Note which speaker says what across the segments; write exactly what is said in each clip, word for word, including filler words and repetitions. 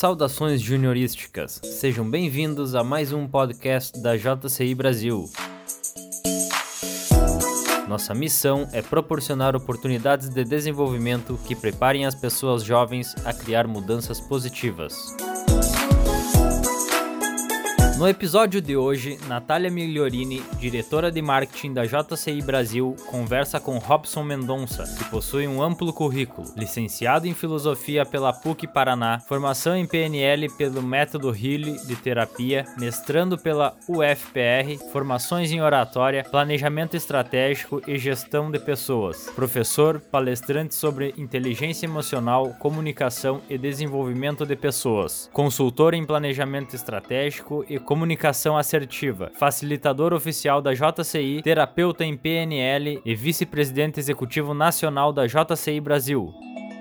Speaker 1: Saudações juniorísticas, sejam bem-vindos a mais um podcast da J C I Brasil. Nossa missão é proporcionar oportunidades de desenvolvimento que preparem as pessoas jovens a criar mudanças positivas. No episódio de hoje, Natália Migliorini, diretora de marketing da J C I Brasil, conversa com Robson Mendonça, que possui um amplo currículo, licenciado em filosofia pela P U C Paraná, formação em P N L pelo método Healy de terapia, mestrando pela U F P R, formações em oratória, planejamento estratégico e gestão de pessoas, professor, palestrante sobre inteligência emocional, comunicação e desenvolvimento de pessoas, consultor em planejamento estratégico e comunicação assertiva, facilitador oficial da J C I, terapeuta em P N L e vice-presidente executivo nacional da J C I Brasil.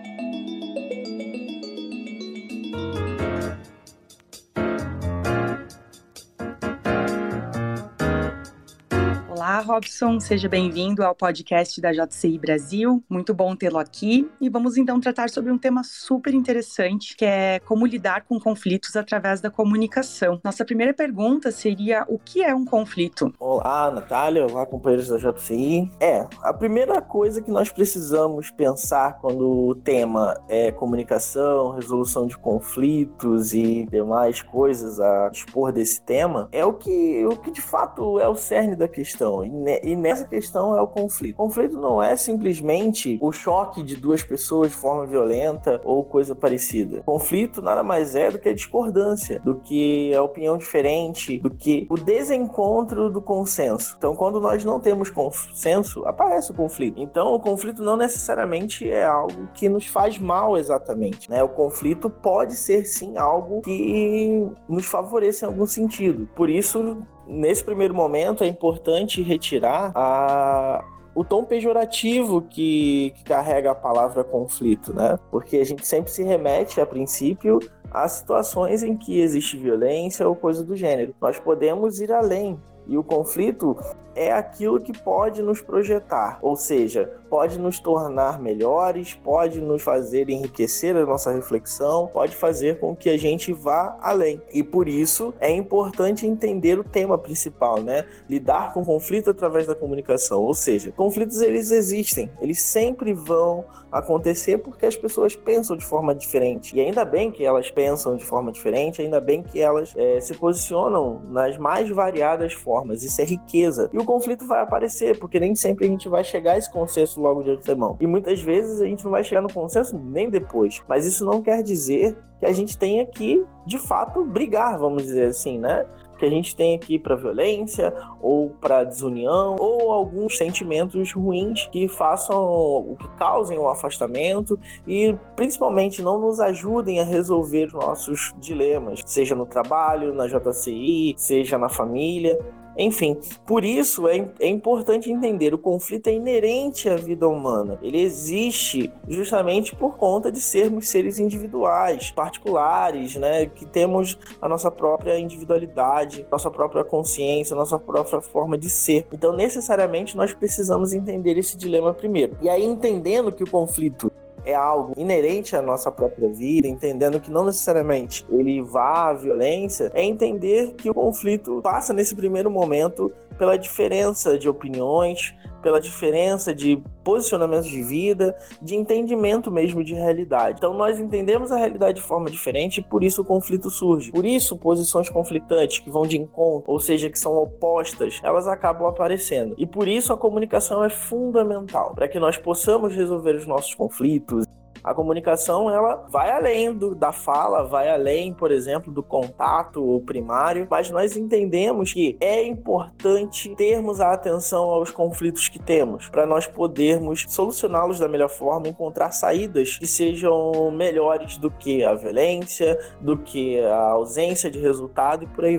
Speaker 2: Olá, Robson, seja bem-vindo ao podcast da J C I Brasil, muito bom tê-lo aqui e vamos então tratar sobre um tema super interessante, que é como lidar com conflitos através da comunicação. Nossa primeira pergunta seria, o que é um conflito?
Speaker 3: Olá, Natália, olá, companheiros da J C I. É, a primeira coisa que nós precisamos pensar quando o tema é comunicação, resolução de conflitos e demais coisas a dispor desse tema, é o que, o que de fato é o cerne da questão. E nessa questão é o conflito. O conflito não é simplesmente o choque de duas pessoas de forma violenta ou coisa parecida. O conflito nada mais é do que a discordância, do que a opinião diferente, do que o desencontro do consenso. Então, quando nós não temos consenso, aparece o conflito. Então, o conflito não necessariamente é algo que nos faz mal exatamente, né? O conflito pode ser, sim, algo que nos favoreça em algum sentido. Por isso, nesse primeiro momento, é importante retirar a... o tom pejorativo que, que carrega a palavra conflito, né? Porque a gente sempre se remete, a princípio, a situações em que existe violência ou coisa do gênero. Nós podemos ir além. E o conflito é aquilo que pode nos projetar, ou seja, pode nos tornar melhores, pode nos fazer enriquecer a nossa reflexão, pode fazer com que a gente vá além. E por isso é importante entender o tema principal, né? Lidar com conflito através da comunicação, ou seja, conflitos eles existem, eles sempre vão acontecer porque as pessoas pensam de forma diferente. E ainda bem que elas pensam de forma diferente, ainda bem que elas é, se posicionam nas mais variadas formas. Isso é riqueza. E o conflito vai aparecer, porque nem sempre a gente vai chegar a esse consenso logo de antemão. E muitas vezes a gente não vai chegar no consenso nem depois. Mas isso não quer dizer que a gente tenha que, de fato, brigar, vamos dizer assim, né? Que a gente tenha que ir para violência ou para desunião ou alguns sentimentos ruins que façam, que causem o afastamento e principalmente não nos ajudem a resolver os nossos dilemas, seja no trabalho, na J C I, seja na família. Enfim, por isso é, é importante entender, o conflito é inerente à vida humana. Ele existe justamente por conta de sermos seres individuais, particulares, né? Que temos a nossa própria individualidade, nossa própria consciência, nossa própria forma de ser. Então, necessariamente, nós precisamos entender esse dilema primeiro. E aí, entendendo que o conflito é algo inerente à nossa própria vida, entendendo que não necessariamente ele vá à violência, é entender que o conflito passa nesse primeiro momento pela diferença de opiniões, pela diferença de posicionamentos de vida, de entendimento mesmo de realidade. Então nós entendemos a realidade de forma diferente e por isso o conflito surge. Por isso posições conflitantes que vão de encontro, ou seja, que são opostas, elas acabam aparecendo. E por isso a comunicação é fundamental, para que nós possamos resolver os nossos conflitos. A comunicação, ela vai além do, da fala, vai além, por exemplo, do contato primário, mas nós entendemos que é importante termos a atenção aos conflitos que temos, para nós podermos solucioná-los da melhor forma, encontrar saídas que sejam melhores do que a violência, do que a ausência de resultado e por aí vai.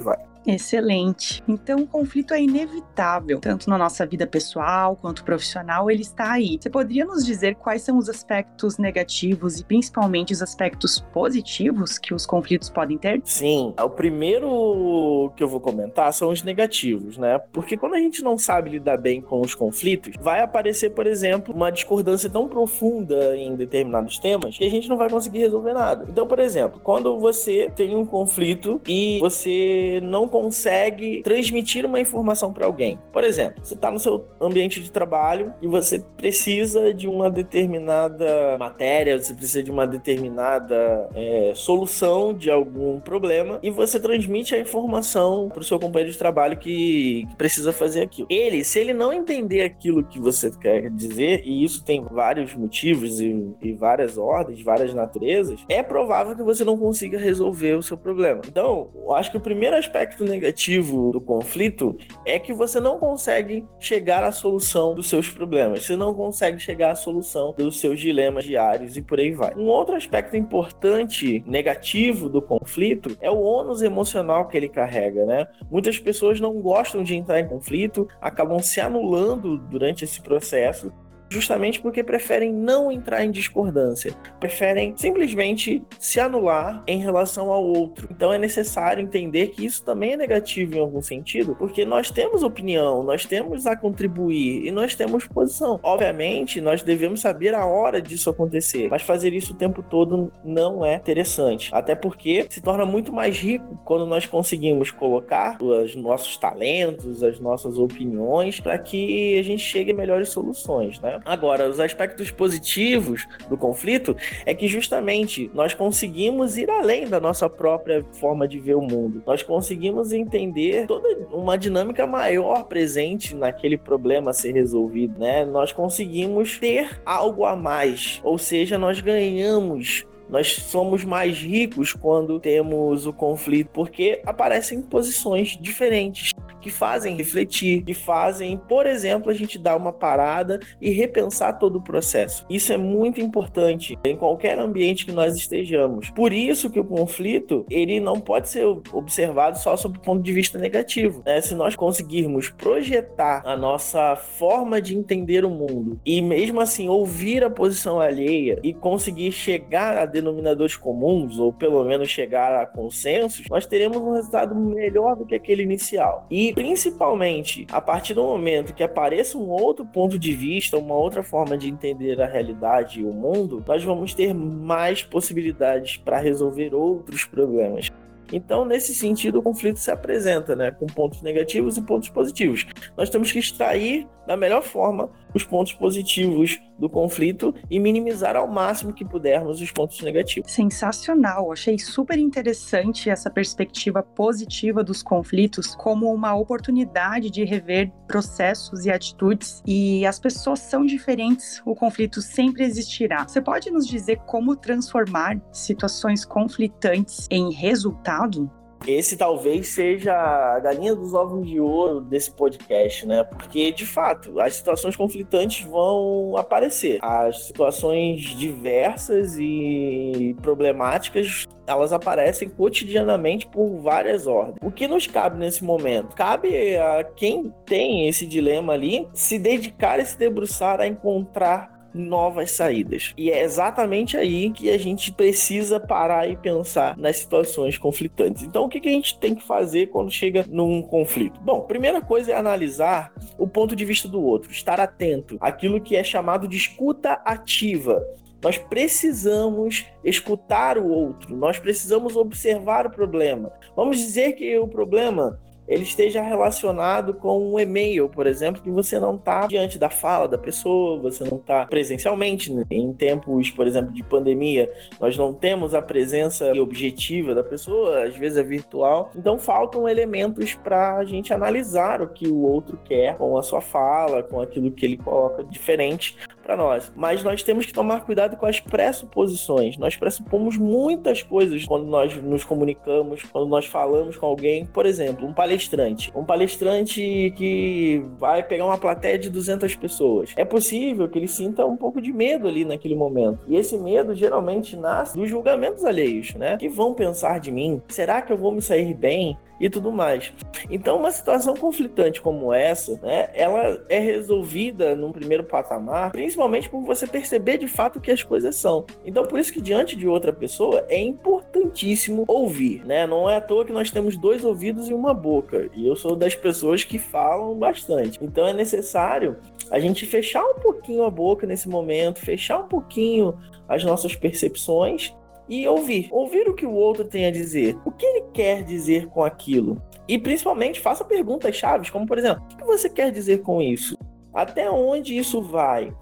Speaker 2: Excelente. Então, o conflito é inevitável, tanto na nossa vida pessoal quanto profissional, ele está aí. Você poderia nos dizer quais são os aspectos negativos e principalmente os aspectos positivos que os conflitos podem ter?
Speaker 3: Sim, o primeiro que eu vou comentar são os negativos, né? Porque quando a gente não sabe lidar bem com os conflitos, vai aparecer, por exemplo, uma discordância tão profunda em determinados temas que a gente não vai conseguir resolver nada. Então, por exemplo, quando você tem um conflito e você não consegue transmitir uma informação para alguém. Por exemplo, você está no seu ambiente de trabalho e você precisa de uma determinada matéria, você precisa de uma determinada é, solução de algum problema e você transmite a informação para o seu companheiro de trabalho que, que precisa fazer aquilo. Ele, se ele não entender aquilo que você quer dizer, e isso tem vários motivos e, e várias ordens, várias naturezas, é provável que você não consiga resolver o seu problema. Então, eu acho que o primeiro aspecto negativo do conflito é que você não consegue chegar à solução dos seus problemas, você não consegue chegar à solução dos seus dilemas diários e por aí vai. Um outro aspecto importante negativo do conflito é o ônus emocional que ele carrega, né? Muitas pessoas não gostam de entrar em conflito, acabam se anulando durante esse processo, justamente porque preferem não entrar em discordância, preferem simplesmente se anular em relação ao outro. Então é necessário entender que isso também é negativo em algum sentido, porque nós temos opinião, nós temos a contribuir e nós temos posição. Obviamente, nós devemos saber a hora disso acontecer, mas fazer isso o tempo todo não é interessante, até porque se torna muito mais rico quando nós conseguimos colocar os nossos talentos, as nossas opiniões, para que a gente chegue a melhores soluções, né? Agora, os aspectos positivos do conflito é que justamente nós conseguimos ir além da nossa própria forma de ver o mundo. Nós conseguimos entender toda uma dinâmica maior presente naquele problema a ser resolvido, né? Nós conseguimos ter algo a mais, ou seja, nós ganhamos. Nós somos mais ricos quando temos o conflito, porque aparecem posições diferentes que fazem refletir, que fazem, por exemplo, a gente dar uma parada e repensar todo o processo. Isso é muito importante em qualquer ambiente que nós estejamos. Por isso que o conflito, ele não pode ser observado só sob o ponto de vista negativo, né? Se nós conseguirmos projetar a nossa forma de entender o mundo e mesmo assim ouvir a posição alheia e conseguir chegar a denominadores comuns, ou pelo menos chegar a consensos, nós teremos um resultado melhor do que aquele inicial. E principalmente, a partir do momento que apareça um outro ponto de vista, uma outra forma de entender a realidade e o mundo, nós vamos ter mais possibilidades para resolver outros problemas. Então, nesse sentido, o conflito se apresenta, né, com pontos negativos e pontos positivos. Nós temos que extrair da melhor forma os pontos positivos do conflito e minimizar ao máximo que pudermos os pontos negativos.
Speaker 2: Sensacional, achei super interessante essa perspectiva positiva dos conflitos como uma oportunidade de rever processos e atitudes, e as pessoas são diferentes, o conflito sempre existirá. Você pode nos dizer como transformar situações conflitantes em resultado?
Speaker 3: Esse talvez seja a galinha dos ovos de ouro desse podcast, né? Porque, de fato, as situações conflitantes vão aparecer. As situações diversas e problemáticas, elas aparecem cotidianamente por várias ordens. O que nos cabe nesse momento? Cabe a quem tem esse dilema ali se dedicar e se debruçar a encontrar novas saídas. E é exatamente aí que a gente precisa parar e pensar nas situações conflitantes. Então, o que a gente tem que fazer quando chega num conflito? Bom, a primeira coisa é analisar o ponto de vista do outro, estar atento àquilo que é chamado de escuta ativa. Nós precisamos escutar o outro, nós precisamos observar o problema. Vamos dizer que o problema ele esteja relacionado com um e-mail, por exemplo, que você não está diante da fala da pessoa, você não está presencialmente, né? Em tempos, por exemplo, de pandemia, nós não temos a presença objetiva da pessoa, às vezes é virtual, então faltam elementos para a gente analisar o que o outro quer com a sua fala, com aquilo que ele coloca diferente, para nós. Mas nós temos que tomar cuidado com as pressuposições. Nós pressupomos muitas coisas quando nós nos comunicamos, quando nós falamos com alguém. Por exemplo, um palestrante. Um palestrante que vai pegar uma plateia de duzentas pessoas. É possível que ele sinta um pouco de medo ali naquele momento. E esse medo geralmente nasce dos julgamentos alheios, né? O que vão pensar de mim? Será que eu vou me sair bem? E tudo mais. Então, uma situação conflitante como essa, né, ela é resolvida num primeiro patamar, principalmente por você perceber de fato o que as coisas são. Então, por isso que diante de outra pessoa é importantíssimo ouvir, né? Não é à toa que nós temos dois ouvidos e uma boca. E eu sou das pessoas que falam bastante. Então, é necessário a gente fechar um pouquinho a boca nesse momento, fechar um pouquinho as nossas percepções e ouvir. Ouvir o que o outro tem a dizer. O que ele quer dizer com aquilo? E principalmente faça perguntas chaves, como por exemplo, o que você quer dizer com isso? Até onde isso vai?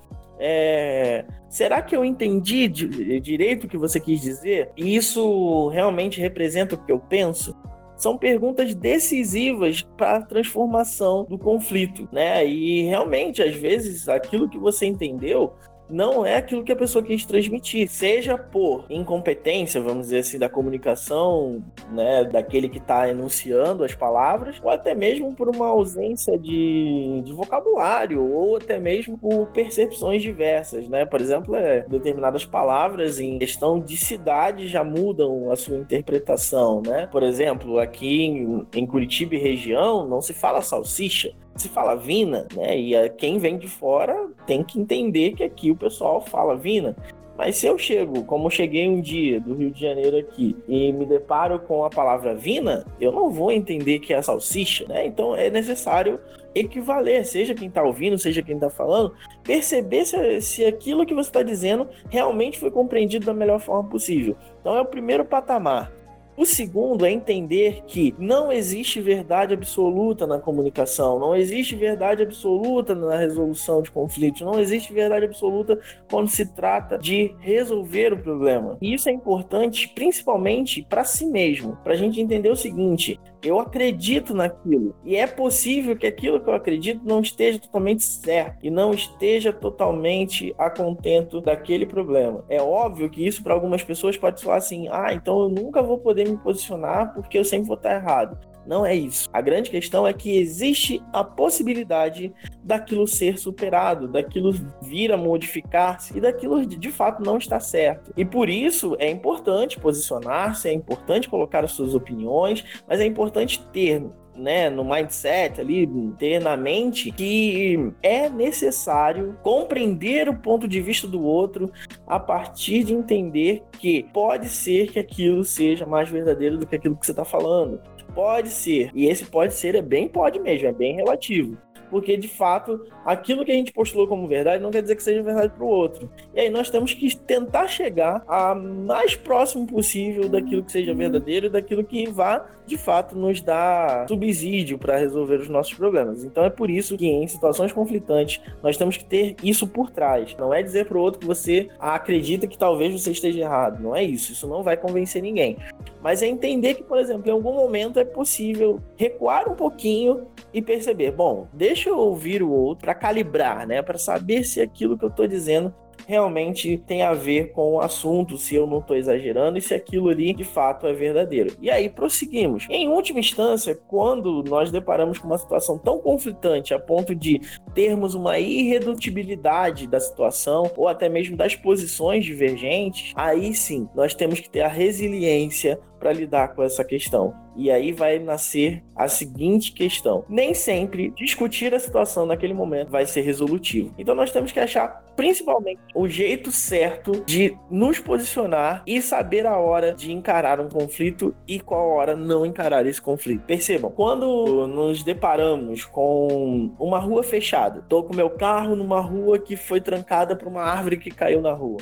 Speaker 3: É... Será que eu entendi de, direito o que você quis dizer? E isso realmente representa o que eu penso? São perguntas decisivas para a transformação do conflito, né? E realmente, às vezes, aquilo que você entendeu não é aquilo que a pessoa quis transmitir, seja por incompetência, vamos dizer assim, da comunicação, né, daquele que está enunciando as palavras, ou até mesmo por uma ausência de, de vocabulário, ou até mesmo por percepções diversas, né? Por exemplo, é, determinadas palavras em questão de cidade já mudam a sua interpretação, né? Por exemplo, aqui em, em Curitiba e região não se fala salsicha, se fala vina, né? E a, quem vem de fora tem que entender que aqui o pessoal fala vina. Mas se eu chego, como eu cheguei um dia do Rio de Janeiro aqui, e me deparo com a palavra vina, eu não vou entender que é salsicha, né? Então é necessário equivaler, seja quem está ouvindo, seja quem está falando, perceber se, se aquilo que você está dizendo realmente foi compreendido da melhor forma possível. Então é o primeiro patamar. O segundo é entender que não existe verdade absoluta na comunicação, não existe verdade absoluta na resolução de conflitos, não existe verdade absoluta quando se trata de resolver o problema. E isso é importante principalmente para si mesmo, para a gente entender o seguinte: eu acredito naquilo, e é possível que aquilo que eu acredito não esteja totalmente certo e não esteja totalmente a contento daquele problema. É óbvio que isso para algumas pessoas pode soar assim: ah, então eu nunca vou poder me posicionar porque eu sempre vou estar errado. Não é isso. A grande questão é que existe a possibilidade daquilo ser superado, daquilo vir a modificar-se e daquilo de fato não estar certo. E por isso é importante posicionar-se, é importante colocar as suas opiniões, mas é importante ter, né, no mindset ali, ter na mente que é necessário compreender o ponto de vista do outro a partir de entender que pode ser que aquilo seja mais verdadeiro do que aquilo que você está falando. Pode ser, e esse pode ser é bem pode mesmo, é bem relativo. Porque, de fato, aquilo que a gente postulou como verdade não quer dizer que seja verdade para o outro. E aí nós temos que tentar chegar a mais próximo possível daquilo que seja verdadeiro e daquilo que vá, de fato, nos dar subsídio para resolver os nossos problemas. Então é por isso que, em situações conflitantes, nós temos que ter isso por trás. Não é dizer para o outro que você acredita que talvez você esteja errado. Não é isso. Isso não vai convencer ninguém. Mas é entender que, por exemplo, em algum momento é possível recuar um pouquinho e perceber, bom, deixa eu ouvir o outro para calibrar, né? Para saber se aquilo que eu estou dizendo realmente tem a ver com o assunto, se eu não estou exagerando e se aquilo ali de fato é verdadeiro. E aí prosseguimos. Em última instância, quando nós deparamos com uma situação tão conflitante a ponto de termos uma irredutibilidade da situação ou até mesmo das posições divergentes, aí sim nós temos que ter a resiliência para lidar com essa questão. E aí vai nascer a seguinte questão: nem sempre discutir a situação naquele momento vai ser resolutivo. Então nós temos que achar principalmente o jeito certo de nos posicionar e saber a hora de encarar um conflito e qual hora não encarar esse conflito. Percebam, quando nos deparamos com uma rua fechada, estou com meu carro numa rua que foi trancada por uma árvore que caiu na rua. Bom,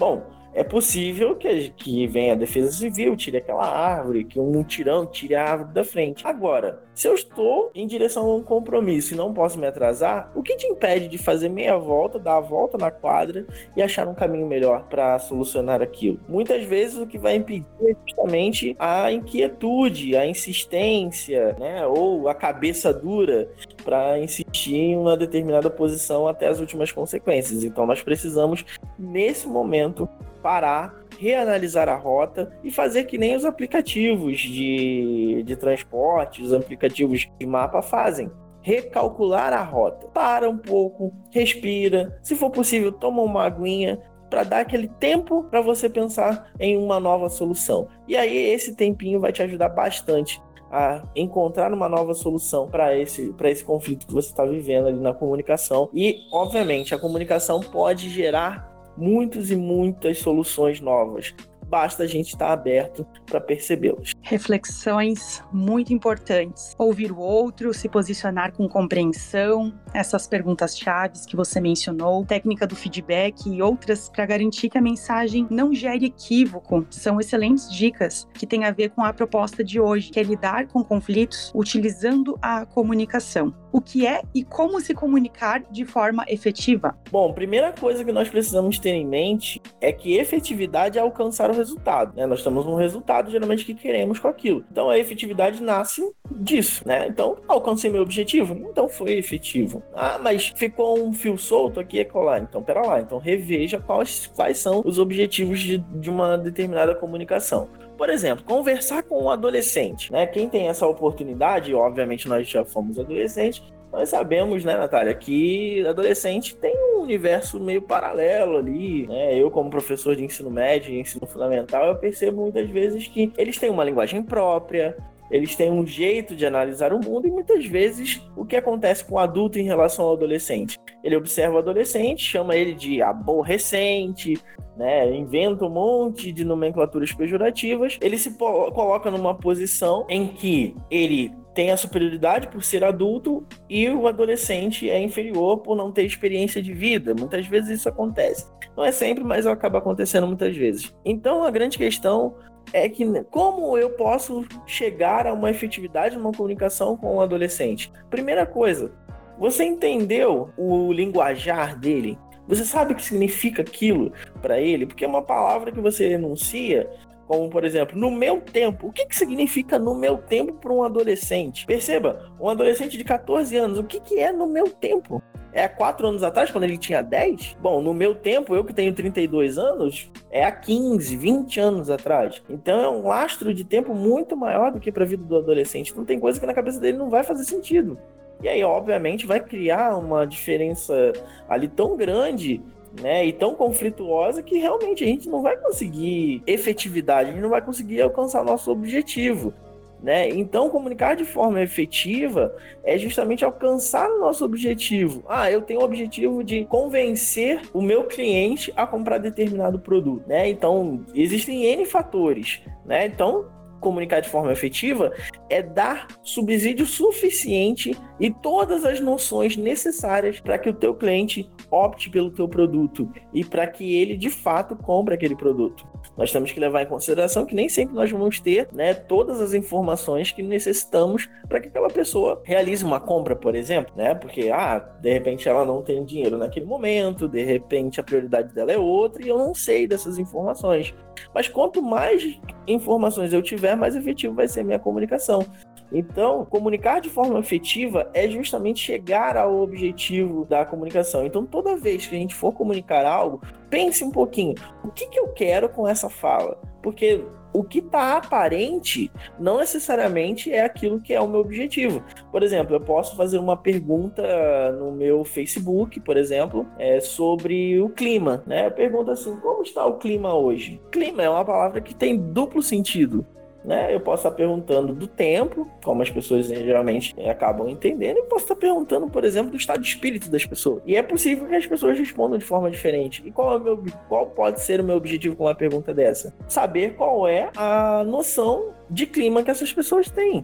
Speaker 3: é possível que, que venha a defesa civil, tire aquela árvore, que um mutirão tire a árvore da frente. Agora, se eu estou em direção a um compromisso e não posso me atrasar, o que te impede de fazer meia volta, dar a volta na quadra e achar um caminho melhor para solucionar aquilo? Muitas vezes o que vai impedir é justamente a inquietude, a insistência, né, ou a cabeça dura para insistir em uma determinada posição até as últimas consequências. Então nós precisamos, nesse momento, parar, reanalisar a rota e fazer que nem os aplicativos de, de transporte, os aplicativos de mapa fazem. Recalcular a rota. Para um pouco, respira. Se for possível, toma uma aguinha para dar aquele tempo para você pensar em uma nova solução. E aí esse tempinho vai te ajudar bastante a encontrar uma nova solução para esse, para esse conflito que você está vivendo ali na comunicação. E, obviamente, a comunicação pode gerar muitas e muitas soluções novas. Basta a gente estar aberto para percebê-las.
Speaker 2: Reflexões muito importantes. Ouvir o outro, se posicionar com compreensão, essas perguntas-chave que você mencionou, técnica do feedback e outras para garantir que a mensagem não gere equívoco. São excelentes dicas que têm a ver com a proposta de hoje, que é lidar com conflitos utilizando a comunicação. O que é e como se comunicar de forma efetiva?
Speaker 3: Bom, primeira coisa que nós precisamos ter em mente é que efetividade é alcançar o resultado, né? Nós temos um resultado geralmente que queremos com aquilo. Então a efetividade nasce disso, né? Então, alcancei meu objetivo? Então foi efetivo. Ah, mas ficou um fio solto aqui e colar. Então, pera lá. Então reveja quais, quais são os objetivos de, de uma determinada comunicação. Por exemplo, conversar com um adolescente, né? Quem tem essa oportunidade, obviamente nós já fomos adolescentes, nós sabemos, né, Natália, que adolescente tem um universo meio paralelo ali, né? Eu, como professor de ensino médio e ensino fundamental, eu percebo muitas vezes que eles têm uma linguagem própria, eles têm um jeito de analisar o mundo e muitas vezes o que acontece com o adulto em relação ao adolescente? Ele observa o adolescente, chama ele de aborrecente, né, inventa um monte de nomenclaturas pejorativas, ele se po- coloca numa posição em que ele tem a superioridade por ser adulto e o adolescente é inferior por não ter experiência de vida. Muitas vezes isso acontece. Não é sempre, mas acaba acontecendo muitas vezes. Então a grande questão é que como eu posso chegar a uma efetividade numa comunicação com o adolescente? Primeira coisa, você entendeu o linguajar dele? Você sabe o que significa aquilo para ele? Porque é uma palavra que você enuncia, como, por exemplo, no meu tempo. O que, que significa no meu tempo para um adolescente? Perceba, um adolescente de catorze anos, o que, que é no meu tempo? É há quatro anos atrás, quando ele tinha dez? Bom, no meu tempo, eu que tenho trinta e dois anos, é há quinze, vinte anos atrás. Então é um lastro de tempo muito maior do que para a vida do adolescente. Então tem coisa que na cabeça dele não vai fazer sentido. E aí, obviamente, vai criar uma diferença ali tão grande, né, e tão conflituosa que realmente a gente não vai conseguir efetividade, a gente não vai conseguir alcançar nosso objetivo, né? Então, comunicar de forma efetiva é justamente alcançar o nosso objetivo. Ah, eu tenho o objetivo de convencer o meu cliente a comprar determinado produto, né? Então, existem N fatores, né? Então, comunicar de forma efetiva é dar subsídio suficiente e todas as noções necessárias para que o teu cliente opte pelo teu produto e para que ele de fato compre aquele produto. Nós temos que levar em consideração que nem sempre nós vamos ter, né, todas as informações que necessitamos para que aquela pessoa realize uma compra, por exemplo, né? Porque ah, de repente ela não tem dinheiro naquele momento, de repente a prioridade dela é outra e eu não sei dessas informações. Mas quanto mais informações eu tiver, mais efetivo vai ser a minha comunicação. Então, comunicar de forma efetiva é justamente chegar ao objetivo da comunicação. Então, toda vez que a gente for comunicar algo, pense um pouquinho, o que, que eu quero com essa fala? Porque o que está aparente não necessariamente é aquilo que é o meu objetivo. Por exemplo, eu posso fazer uma pergunta no meu Facebook, por exemplo, é, sobre o clima, né? Eu pergunto assim, como está o clima hoje? Clima é uma palavra que tem duplo sentido, né? Eu posso estar perguntando do tempo, como as pessoas geralmente acabam entendendo, e posso estar perguntando, por exemplo, do estado de espírito das pessoas. E é possível que as pessoas respondam de forma diferente. E qual, é o meu, qual pode ser o meu objetivo com uma pergunta dessa? Saber qual é a noção de clima que essas pessoas têm.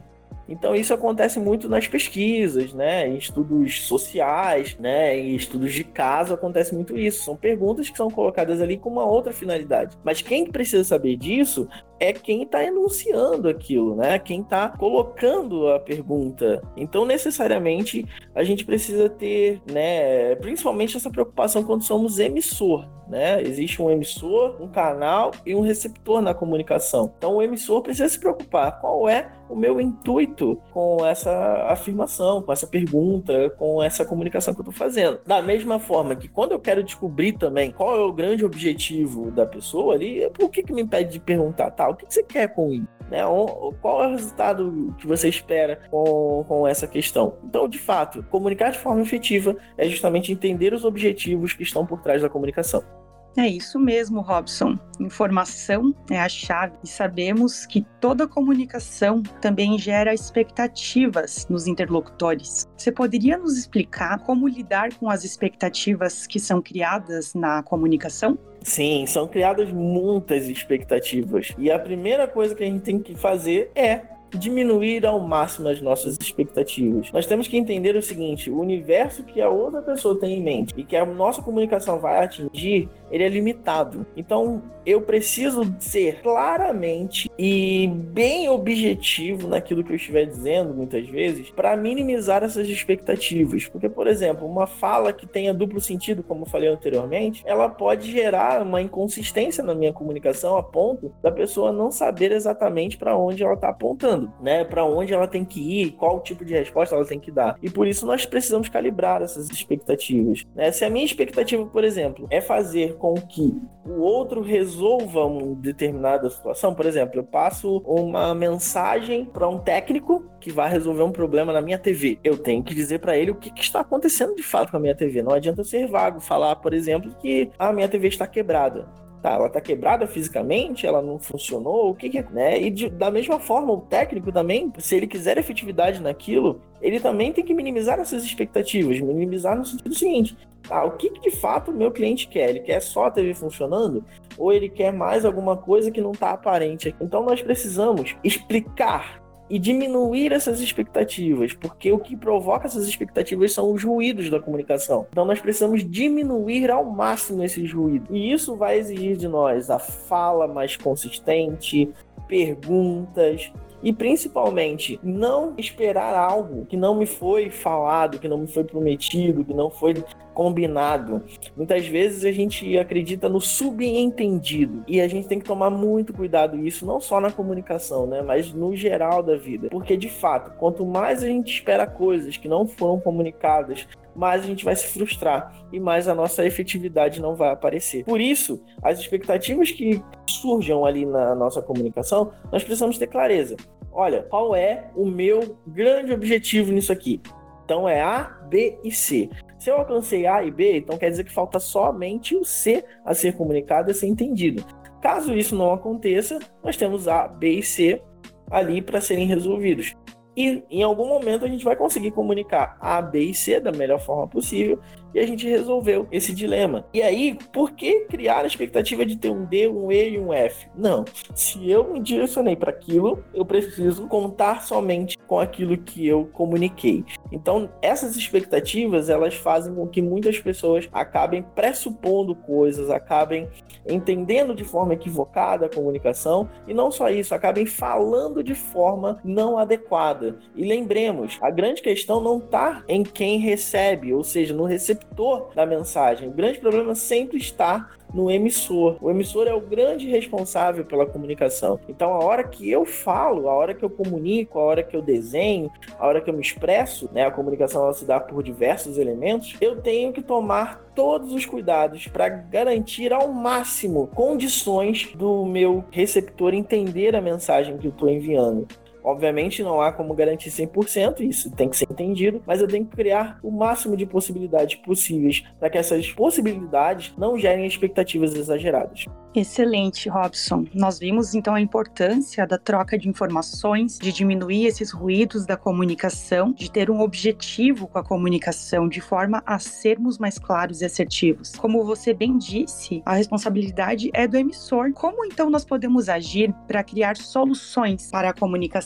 Speaker 3: Então isso acontece muito nas pesquisas, né, em estudos sociais, né, em estudos de caso acontece muito isso. São perguntas que são colocadas ali com uma outra finalidade. Mas quem precisa saber disso é quem está enunciando aquilo, né? Quem está colocando a pergunta. Então, necessariamente, a gente precisa ter, né, principalmente essa preocupação quando somos emissor, né? Existe um emissor, um canal e um receptor na comunicação. Então, o emissor precisa se preocupar qual é o meu intuito com essa afirmação, com essa pergunta, com essa comunicação que eu estou fazendo. Da mesma forma que quando eu quero descobrir também qual é o grande objetivo da pessoa ali, por que que me impede de perguntar, tá, o que que você quer com isso? Né? Qual é o resultado que você espera com, com essa questão? Então, de fato, comunicar de forma efetiva é justamente entender os objetivos que estão por trás da comunicação.
Speaker 2: É isso mesmo, Robson. Informação é a chave e sabemos que toda comunicação também gera expectativas nos interlocutores. Você poderia nos explicar como lidar com as expectativas que são criadas na comunicação?
Speaker 3: Sim, são criadas muitas expectativas. E a primeira coisa que a gente tem que fazer é diminuir ao máximo as nossas expectativas. Nós temos que entender o seguinte: o universo que a outra pessoa tem em mente e que a nossa comunicação vai atingir, ele é limitado. Então, eu preciso ser claramente e bem objetivo naquilo que eu estiver dizendo, muitas vezes, para minimizar essas expectativas. Porque, por exemplo, uma fala que tenha duplo sentido, como eu falei anteriormente, ela pode gerar uma inconsistência na minha comunicação a ponto da pessoa não saber exatamente para onde ela está apontando, né? Para onde ela tem que ir, qual tipo de resposta ela tem que dar. E por isso nós precisamos calibrar essas expectativas, né? Se a minha expectativa, por exemplo, é fazer com que o outro resolva uma determinada situação, por exemplo, eu passo uma mensagem para um técnico que vai resolver um problema na minha T V. Eu tenho que dizer para ele o que, que está acontecendo de fato com a minha T V. Não adianta eu ser vago, falar, por exemplo, que a minha T V está quebrada. Tá, ela está quebrada fisicamente, ela não funcionou, o que que é, né? E de, da mesma forma, o técnico também, se ele quiser efetividade naquilo, ele também tem que minimizar essas expectativas, minimizar no sentido seguinte: tá, o que, que de fato o meu cliente quer? Ele quer só a T V funcionando? Ou ele quer mais alguma coisa que não está aparente aqui? Então nós precisamos explicar e diminuir essas expectativas, porque o que provoca essas expectativas são os ruídos da comunicação. Então nós precisamos diminuir ao máximo esses ruídos. E isso vai exigir de nós a fala mais consistente, perguntas, e principalmente não esperar algo que não me foi falado, que não me foi prometido, que não foi combinado. Muitas vezes a gente acredita no subentendido e a gente tem que tomar muito cuidado isso, não só na comunicação, né, mas no geral da vida, porque de fato, quanto mais a gente espera coisas que não foram comunicadas, mais a gente vai se frustrar e mais a nossa efetividade não vai aparecer. Por isso, as expectativas que surjam ali na nossa comunicação, nós precisamos ter clareza. Olha, qual é o meu grande objetivo nisso aqui? Então é A, B e C. Se eu alcancei A e B, então quer dizer que falta somente o C a ser comunicado e a ser entendido. Caso isso não aconteça, nós temos A, B e C ali para serem resolvidos. E em algum momento a gente vai conseguir comunicar A, B e C da melhor forma possível e a gente resolveu esse dilema. E aí, por que criar a expectativa de ter um D, um E e um F? Não. Se eu me direcionei para aquilo, eu preciso contar somente com aquilo que eu comuniquei. Então, essas expectativas, elas fazem com que muitas pessoas acabem pressupondo coisas, acabem entendendo de forma equivocada a comunicação e não só isso, acabem falando de forma não adequada. E lembremos, a grande questão não está em quem recebe, ou seja, no receptor da mensagem. O grande problema sempre está no emissor. O emissor é o grande responsável pela comunicação. Então, a hora que eu falo, a hora que eu comunico, a hora que eu desenho, a hora que eu me expresso, né, a comunicação ela se dá por diversos elementos, eu tenho que tomar todos os cuidados para garantir ao máximo condições do meu receptor entender a mensagem que eu estou enviando. Obviamente não há como garantir cem por cento, isso tem que ser entendido, mas eu tenho que criar o máximo de possibilidades possíveis para que essas possibilidades não gerem expectativas exageradas.
Speaker 2: Excelente, Robson. Nós vimos então a importância da troca de informações, de diminuir esses ruídos da comunicação, de ter um objetivo com a comunicação, de forma a sermos mais claros e assertivos. Como você bem disse, a responsabilidade é do emissor. Como então nós podemos agir para criar soluções para a comunicação?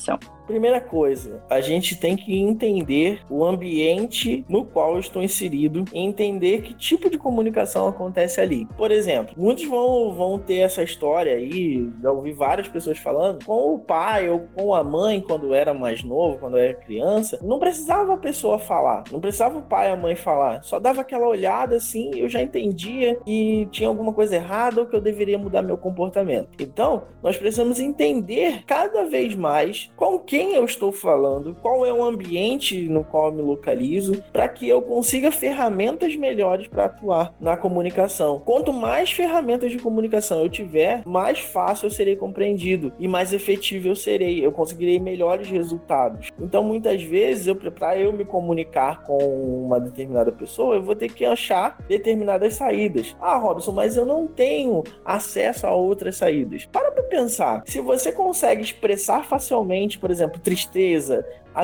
Speaker 3: Primeira coisa, a gente tem que entender o ambiente no qual eu estou inserido e entender que tipo de comunicação acontece ali. Por exemplo, muitos vão, vão ter essa história aí, já ouvi várias pessoas falando, com o pai ou com a mãe quando era mais novo, quando era criança, não precisava a pessoa falar, não precisava o pai e a mãe falar, só dava aquela olhada assim, eu já entendia que tinha alguma coisa errada ou que eu deveria mudar meu comportamento. Então, nós precisamos entender cada vez mais com quem eu estou falando, qual é o ambiente no qual eu me localizo, para que eu consiga ferramentas melhores para atuar na comunicação. Quanto mais ferramentas de comunicação eu tiver, mais fácil eu serei compreendido e mais efetivo eu serei, eu conseguirei melhores resultados. Então, muitas vezes, para eu me comunicar com uma determinada pessoa, eu vou ter que achar determinadas saídas. Ah, Robson, mas eu não tenho acesso a outras saídas. Para pra pensar, se você consegue expressar facilmente, por exemplo, tristeza,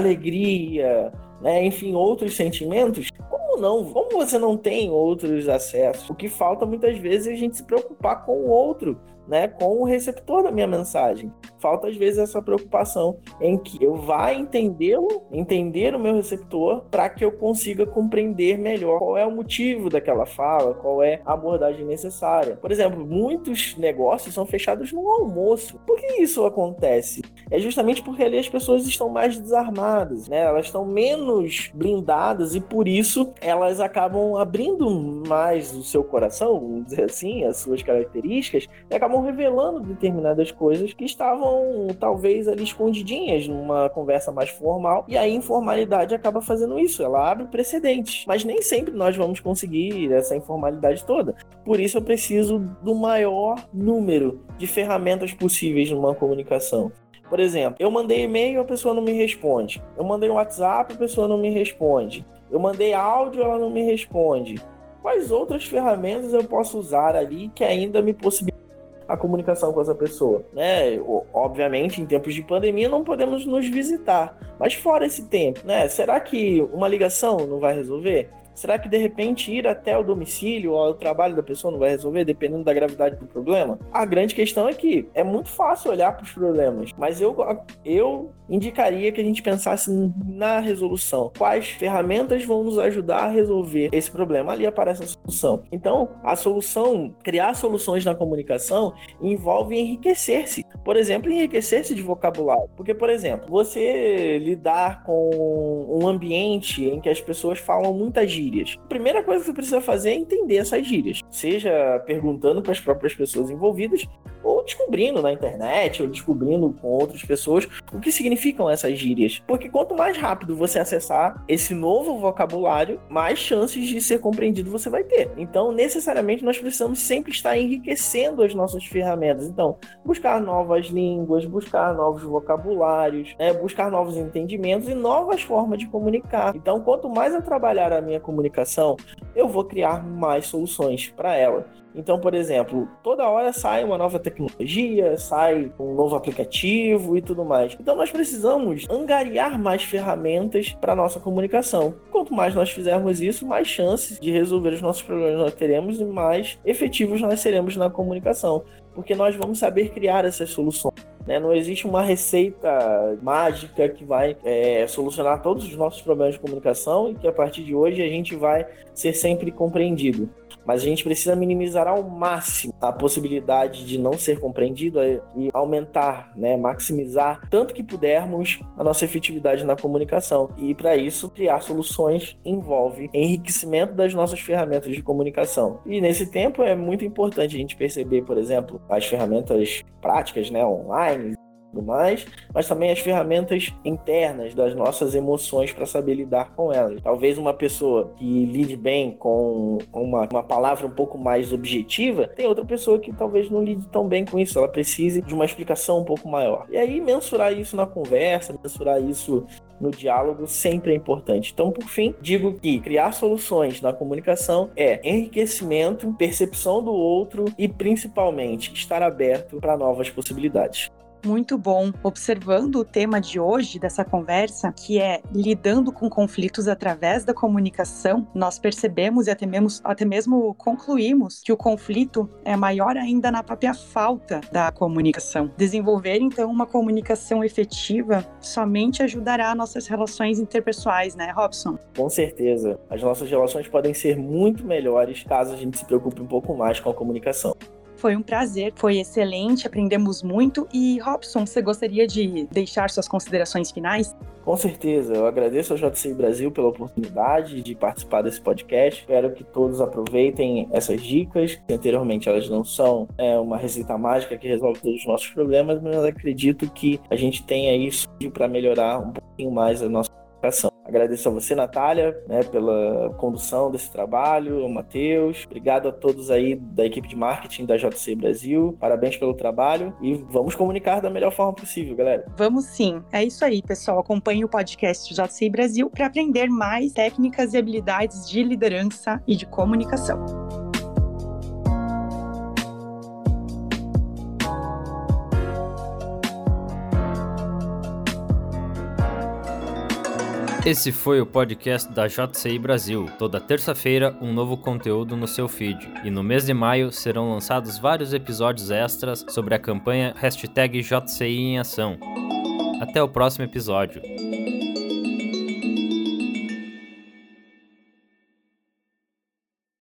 Speaker 3: alegria, né, enfim, outros sentimentos, como não? Como você não tem outros acessos? O que falta muitas vezes é a gente se preocupar com o outro, né, com o receptor da minha mensagem. Falta às vezes essa preocupação em que eu vá entendê-lo, entender o meu receptor, para que eu consiga compreender melhor qual é o motivo daquela fala, qual é a abordagem necessária. Por exemplo, muitos negócios são fechados no almoço. Por que isso acontece? É justamente porque ali as pessoas estão mais desarmadas, né? Elas estão menos blindadas e por isso elas acabam abrindo mais o seu coração, vamos dizer assim, as suas características, e acabam revelando determinadas coisas que estavam talvez ali escondidinhas numa conversa mais formal, e a informalidade acaba fazendo isso, ela abre precedentes, mas nem sempre nós vamos conseguir essa informalidade toda. Por isso eu preciso do maior número de ferramentas possíveis numa comunicação. Por exemplo, eu mandei e-mail, a pessoa não me responde. Eu mandei um WhatsApp, a pessoa não me responde. Eu mandei áudio, ela não me responde. Quais outras ferramentas eu posso usar ali que ainda me possibilitam a comunicação com essa pessoa, né? Obviamente, em tempos de pandemia, não podemos nos visitar, mas fora esse tempo, né? Será que uma ligação não vai resolver? Será que, de repente, ir até o domicílio ou ao trabalho da pessoa não vai resolver, dependendo da gravidade do problema? A grande questão é que é muito fácil olhar para os problemas, mas eu, eu indicaria que a gente pensasse na resolução. Quais ferramentas vão nos ajudar a resolver esse problema? Ali aparece a solução. Então, a solução, criar soluções na comunicação envolve enriquecer-se. Por exemplo, enriquecer-se de vocabulário. Porque, por exemplo, você lidar com um ambiente em que as pessoas falam muitas gírias. A primeira coisa que você precisa fazer é entender essas gírias, seja perguntando para as próprias pessoas envolvidas ou descobrindo na internet ou descobrindo com outras pessoas o que significam essas gírias, porque quanto mais rápido você acessar esse novo vocabulário, mais chances de ser compreendido você vai ter. Então, necessariamente, nós precisamos sempre estar enriquecendo as nossas ferramentas. Então, buscar novas línguas, buscar novos vocabulários, né, buscar novos entendimentos e novas formas de comunicar. Então, quanto mais eu trabalhar a minha comunicação, eu vou criar mais soluções para ela. Então, por exemplo, toda hora sai uma nova tecnologia, sai um novo aplicativo e tudo mais. Então, nós precisamos angariar mais ferramentas para a nossa comunicação. Quanto mais nós fizermos isso, mais chances de resolver os nossos problemas nós teremos e mais efetivos nós seremos na comunicação, porque nós vamos saber criar essas soluções. Né? Não existe uma receita mágica que vai é, solucionar todos os nossos problemas de comunicação e que a partir de hoje a gente vai ser sempre compreendido. Mas a gente precisa minimizar ao máximo a possibilidade de não ser compreendido e aumentar, né, maximizar tanto que pudermos a nossa efetividade na comunicação. E para isso, criar soluções envolve enriquecimento das nossas ferramentas de comunicação. E nesse tempo é muito importante a gente perceber, por exemplo, as ferramentas práticas, né, online, mais, mas também as ferramentas internas das nossas emoções para saber lidar com elas. Talvez uma pessoa que lide bem com uma, uma palavra um pouco mais objetiva, tem outra pessoa que talvez não lide tão bem com isso, ela precise de uma explicação um pouco maior. E aí mensurar isso na conversa, mensurar isso no diálogo sempre é importante. Então, por fim, digo que criar soluções na comunicação é enriquecimento, percepção do outro e, principalmente, estar aberto para novas possibilidades.
Speaker 2: Muito bom. Observando o tema de hoje, dessa conversa, que é lidando com conflitos através da comunicação, nós percebemos e até mesmo, até mesmo concluímos que o conflito é maior ainda na própria falta da comunicação. Desenvolver, então, uma comunicação efetiva somente ajudará nossas relações interpessoais, né, Robson?
Speaker 3: Com certeza. As nossas relações podem ser muito melhores caso a gente se preocupe um pouco mais com a comunicação.
Speaker 2: Foi um prazer, foi excelente, aprendemos muito. E, Robson, você gostaria de deixar suas considerações finais?
Speaker 3: Com certeza, eu agradeço ao J C I Brasil pela oportunidade de participar desse podcast. Espero que todos aproveitem essas dicas, que anteriormente elas não são é, uma receita mágica que resolve todos os nossos problemas, mas eu acredito que a gente tenha isso para melhorar um pouquinho mais a nossa comunicação. Agradeço a você, Natália, né, pela condução desse trabalho, ao Matheus. Obrigado a todos aí da equipe de marketing da J C I Brasil. Parabéns pelo trabalho e vamos comunicar da melhor forma possível, galera.
Speaker 2: Vamos sim. É isso aí, pessoal. Acompanhe o podcast J C I Brasil para aprender mais técnicas e habilidades de liderança e de comunicação.
Speaker 1: Esse foi o podcast da J C I Brasil. Toda terça-feira, um novo conteúdo no seu feed. E no mês de maio serão lançados vários episódios extras sobre a campanha hashtag J C I em Ação. Até o próximo episódio.